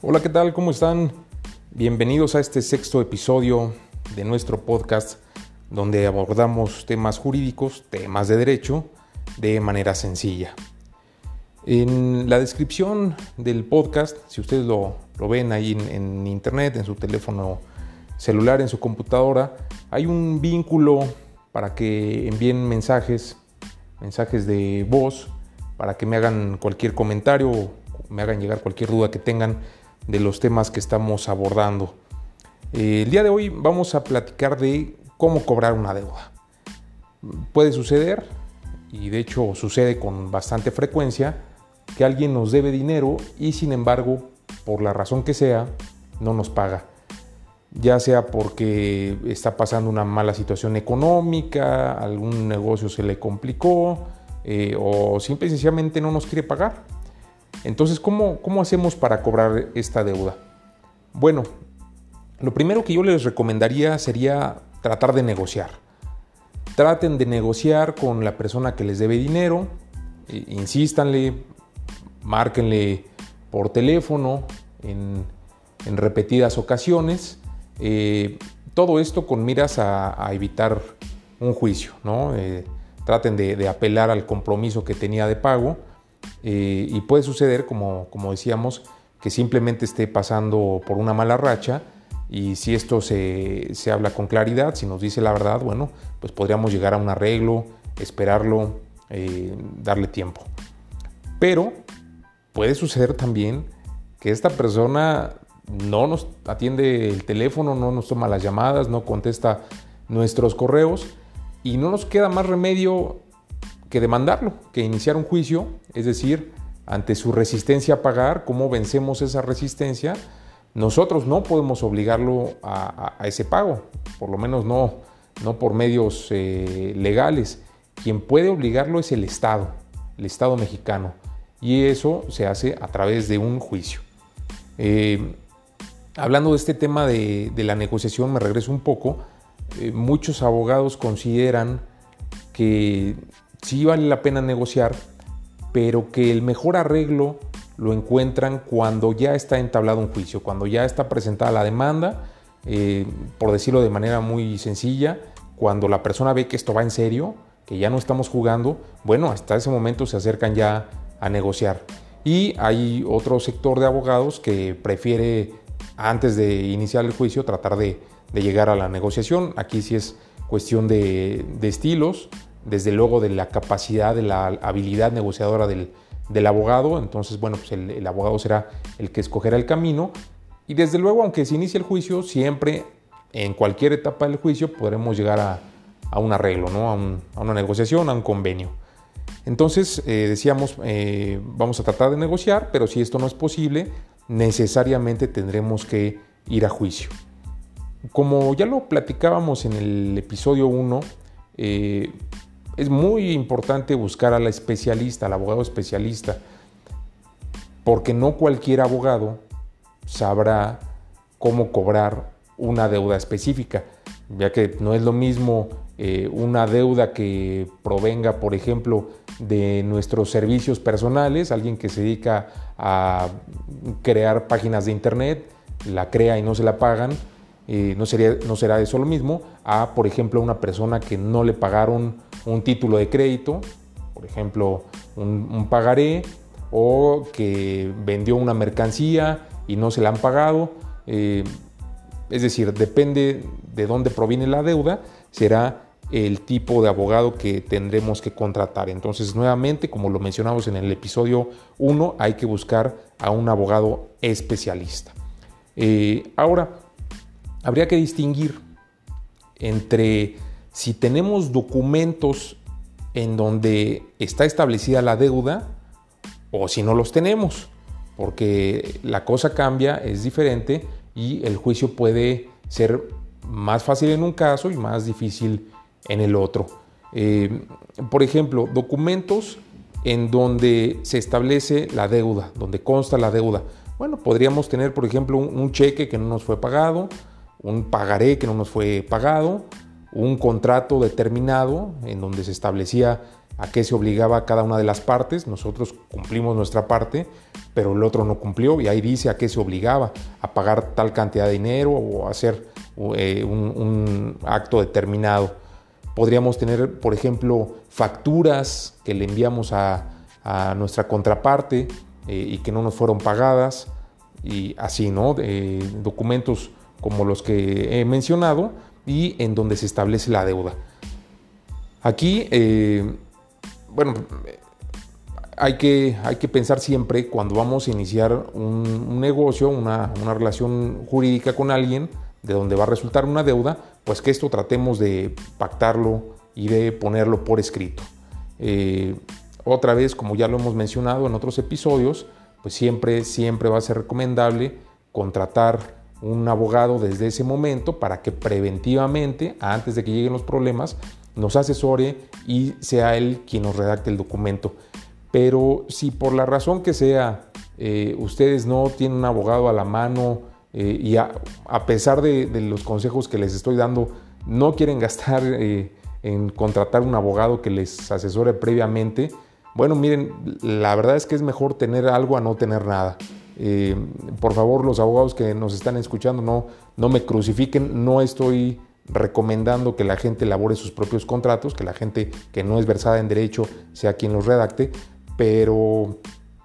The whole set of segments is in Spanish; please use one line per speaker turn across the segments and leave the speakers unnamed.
Hola, ¿qué tal? ¿Cómo están? Bienvenidos a este sexto episodio de nuestro podcast donde abordamos temas jurídicos, temas de derecho, de manera sencilla. En la descripción del podcast, si ustedes lo ven ahí en internet, en su teléfono celular, en su computadora, hay un vínculo para que envíen mensajes de voz, para que me hagan cualquier comentario, me hagan llegar cualquier duda que tengan de los temas que estamos abordando. El día de hoy vamos a platicar de cómo cobrar una deuda. Puede suceder, y de hecho sucede con bastante frecuencia, que alguien nos debe dinero y sin embargo, por la razón que sea, no nos paga. Ya sea porque está pasando una mala situación económica, algún negocio se le complicó o simple y sencillamente no nos quiere pagar. Entonces, ¿cómo hacemos para cobrar esta deuda? Bueno, lo primero que yo les recomendaría sería tratar de negociar. Traten de negociar con la persona que les debe dinero, insístanle, márquenle por teléfono en repetidas ocasiones. Todo esto con miras a evitar un juicio, ¿no? Traten de apelar al compromiso que tenía de pago. Y puede suceder, como decíamos, que simplemente esté pasando por una mala racha, y si esto se habla con claridad, si nos dice la verdad, bueno, pues podríamos llegar a un arreglo, esperarlo, darle tiempo. Pero puede suceder también que esta persona no nos atiende el teléfono, no nos toma las llamadas, no contesta nuestros correos, y no nos queda más remedio que demandarlo, que iniciar un juicio, es decir, ante su resistencia a pagar. ¿Cómo vencemos esa resistencia? Nosotros no podemos obligarlo a ese pago, por lo menos no por medios legales. Quien puede obligarlo es el Estado mexicano, y eso se hace a través de un juicio. Hablando de este tema de la negociación, me regreso un poco. Muchos abogados consideran que sí vale la pena negociar, pero que el mejor arreglo lo encuentran cuando ya está entablado un juicio, cuando ya está presentada la demanda, por decirlo de manera muy sencilla, cuando la persona ve que esto va en serio, que ya no estamos jugando. Bueno, hasta ese momento se acercan ya a negociar. Y hay otro sector de abogados que prefiere, antes de iniciar el juicio, tratar de llegar a la negociación. Aquí sí es cuestión de estilos, desde luego de la capacidad, de la habilidad negociadora del abogado. Entonces, bueno, pues el abogado será el que escogerá el camino, y desde luego, aunque se inicie el juicio, siempre en cualquier etapa del juicio podremos llegar a un arreglo, ¿no? a una negociación, a un convenio. Entonces, decíamos, vamos a tratar de negociar, pero si esto no es posible, necesariamente tendremos que ir a juicio. Como ya lo platicábamos en el episodio 1, es muy importante buscar al especialista, al abogado especialista, porque no cualquier abogado sabrá cómo cobrar una deuda específica, ya que no es lo mismo una deuda que provenga, por ejemplo, de nuestros servicios personales, alguien que se dedica a crear páginas de internet, la crea y no se la pagan. No será eso lo mismo a, por ejemplo, una persona que no le pagaron un título de crédito, por ejemplo, un pagaré, o que vendió una mercancía y no se la han pagado. Es decir, depende de dónde proviene la deuda, será el tipo de abogado que tendremos que contratar. Entonces, nuevamente, como lo mencionamos en el episodio 1, hay que buscar a un abogado especialista. Ahora, habría que distinguir entre si tenemos documentos en donde está establecida la deuda o si no los tenemos, porque la cosa cambia, es diferente, y el juicio puede ser más fácil en un caso y más difícil en el otro. Por ejemplo, documentos en donde se establece la deuda, donde consta la deuda. Bueno, podríamos tener, por ejemplo, un cheque que no nos fue pagado, un pagaré que no nos fue pagado, un contrato determinado en donde se establecía a qué se obligaba cada una de las partes. Nosotros cumplimos nuestra parte, pero el otro no cumplió, y ahí dice a qué se obligaba, a pagar tal cantidad de dinero o a hacer un acto determinado. Podríamos tener, por ejemplo, facturas que le enviamos a nuestra contraparte y que no nos fueron pagadas, y así, ¿no? Documentos como los que he mencionado y en donde se establece la deuda. Aquí, bueno, hay que pensar siempre cuando vamos a iniciar un negocio, una relación jurídica con alguien de donde va a resultar una deuda, pues que esto tratemos de pactarlo y de ponerlo por escrito. Otra vez, como ya lo hemos mencionado en otros episodios, pues siempre va a ser recomendable contratar un abogado desde ese momento para que preventivamente, antes de que lleguen los problemas, nos asesore y sea él quien nos redacte el documento. Pero si por la razón que sea ustedes no tienen un abogado a la mano y a pesar de los consejos que les estoy dando, no quieren gastar en contratar un abogado que les asesore previamente, bueno, miren, la verdad es que es mejor tener algo a no tener nada. Por favor, los abogados que nos están escuchando, no me crucifiquen. No estoy recomendando que la gente elabore sus propios contratos, que la gente que no es versada en derecho sea quien los redacte, pero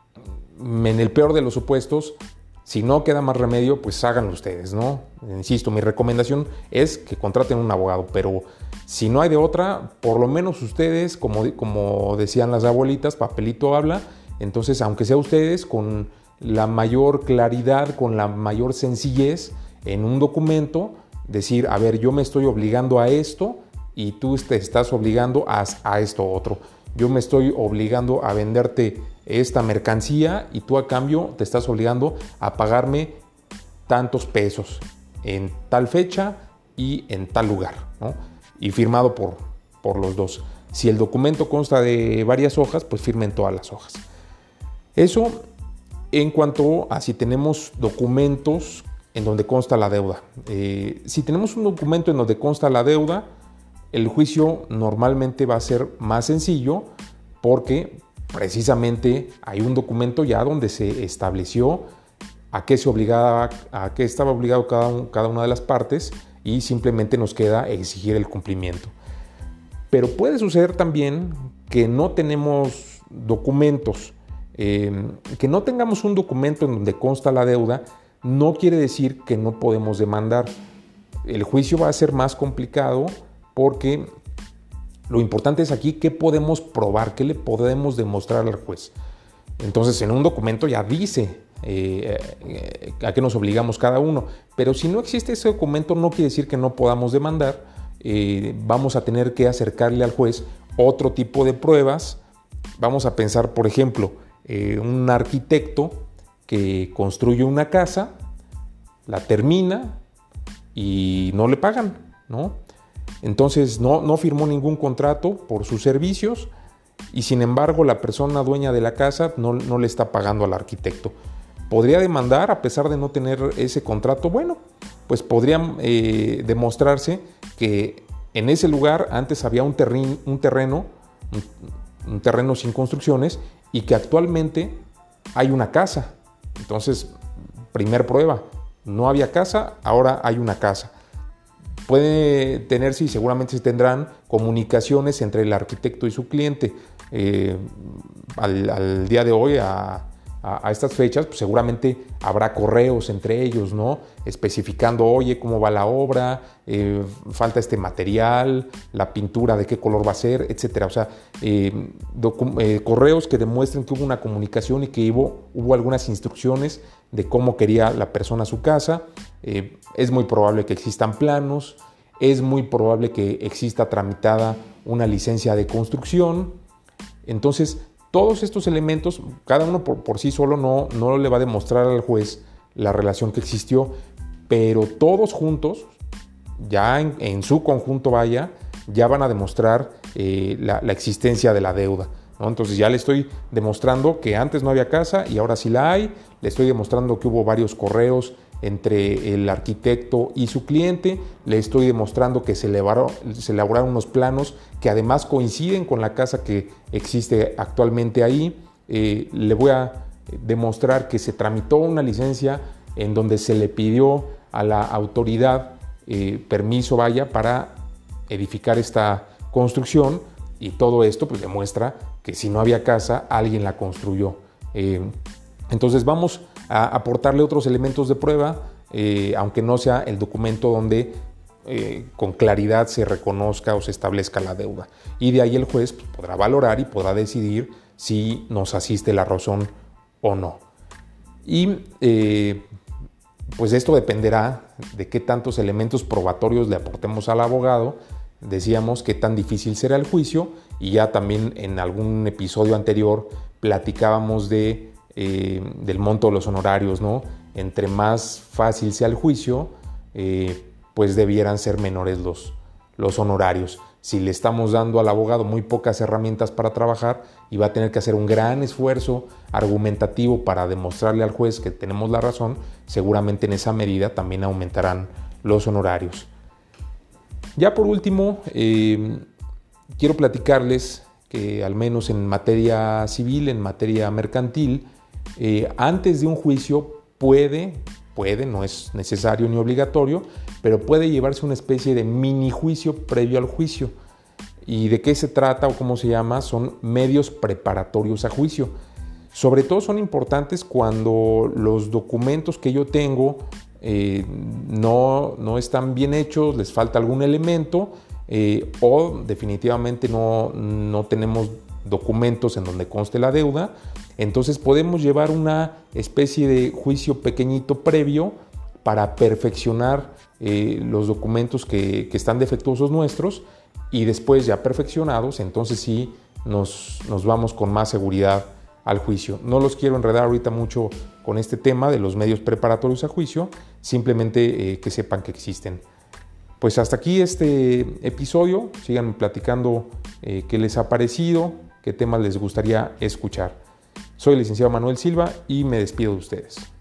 en el peor de los supuestos, si no queda más remedio, pues háganlo ustedes, ¿no? Insisto, mi recomendación es que contraten un abogado, pero si no hay de otra, por lo menos ustedes, como decían las abuelitas, papelito habla. Entonces, aunque sea ustedes, con la mayor claridad, con la mayor sencillez en un documento, decir, a ver, yo me estoy obligando a esto y tú te estás obligando a esto otro. Yo me estoy obligando a venderte esta mercancía y tú a cambio te estás obligando a pagarme tantos pesos en tal fecha y en tal lugar, ¿no? Y firmado por los dos. Si el documento consta de varias hojas, pues firmen todas las hojas. Eso en cuanto a si tenemos documentos en donde consta la deuda. Si tenemos un documento en donde consta la deuda, el juicio normalmente va a ser más sencillo porque precisamente hay un documento ya donde se estableció a qué estaba obligado cada una de las partes, y simplemente nos queda exigir el cumplimiento. Pero puede suceder también que no tenemos documentos, que no tengamos un documento en donde consta la deuda. No quiere decir que no podemos demandar. El juicio va a ser más complicado porque lo importante es aquí qué podemos probar, qué le podemos demostrar al juez. Entonces, en un documento ya dice a qué nos obligamos cada uno, pero si no existe ese documento no quiere decir que no podamos demandar. Vamos a tener que acercarle al juez otro tipo de pruebas. Vamos a pensar, por ejemplo, un arquitecto que construye una casa, la termina y no le pagan, ¿no? Entonces no firmó ningún contrato por sus servicios y sin embargo la persona dueña de la casa no le está pagando al arquitecto. ¿Podría demandar a pesar de no tener ese contrato? Bueno, pues podría demostrarse que en ese lugar antes había un terreno sin construcciones y que actualmente hay una casa. Entonces, primer prueba, no había casa, ahora hay una casa. Puede tenerse y seguramente se tendrán comunicaciones entre el arquitecto y su cliente. Al día de hoy, a estas fechas, pues seguramente habrá correos entre ellos, ¿no? Especificando, oye, cómo va la obra, falta este material, la pintura de qué color va a ser, etcétera. O sea, correos que demuestren que hubo una comunicación y que hubo algunas instrucciones de cómo quería la persona su casa. Es muy probable que existan planos, es muy probable que exista tramitada una licencia de construcción. Entonces, todos estos elementos, cada uno por sí solo no le va a demostrar al juez la relación que existió, pero todos juntos, ya en su conjunto ya van a demostrar la existencia de la deuda, ¿no? Entonces ya le estoy demostrando que antes no había casa y ahora sí la hay, le estoy demostrando que hubo varios correos entre el arquitecto y su cliente. Le estoy demostrando que se elaboraron unos planos que además coinciden con la casa que existe actualmente ahí. Le voy a demostrar que se tramitó una licencia en donde se le pidió a la autoridad permiso para edificar esta construcción, y todo esto pues demuestra que si no había casa, alguien la construyó. Entonces vamos a aportarle otros elementos de prueba, aunque no sea el documento donde con claridad se reconozca o se establezca la deuda. Y de ahí el juez pues, podrá valorar y podrá decidir si nos asiste la razón o no. Y pues esto dependerá de qué tantos elementos probatorios le aportemos al abogado. Decíamos qué tan difícil será el juicio, y ya también en algún episodio anterior platicábamos del monto de los honorarios, ¿no? Entre más fácil sea el juicio, pues debieran ser menores los honorarios. Si le estamos dando al abogado muy pocas herramientas para trabajar y va a tener que hacer un gran esfuerzo argumentativo para demostrarle al juez que tenemos la razón, seguramente en esa medida también aumentarán los honorarios. Ya por último, quiero platicarles que al menos en materia civil, en materia mercantil, antes de un juicio puede, no es necesario ni obligatorio, pero puede llevarse una especie de mini juicio previo al juicio. ¿Y de qué se trata o cómo se llama? Son medios preparatorios a juicio. Sobre todo son importantes cuando los documentos que yo tengo no están bien hechos, les falta algún elemento, o definitivamente no tenemos documentos en donde conste la deuda. Entonces podemos llevar una especie de juicio pequeñito previo para perfeccionar los documentos que están defectuosos nuestros, y después ya perfeccionados, entonces sí nos vamos con más seguridad al juicio. No los quiero enredar ahorita mucho con este tema de los medios preparatorios a juicio, simplemente que sepan que existen. Pues hasta aquí este episodio. Sigan platicando qué les ha parecido, qué temas les gustaría escuchar. Soy el licenciado Manuel Silva y me despido de ustedes.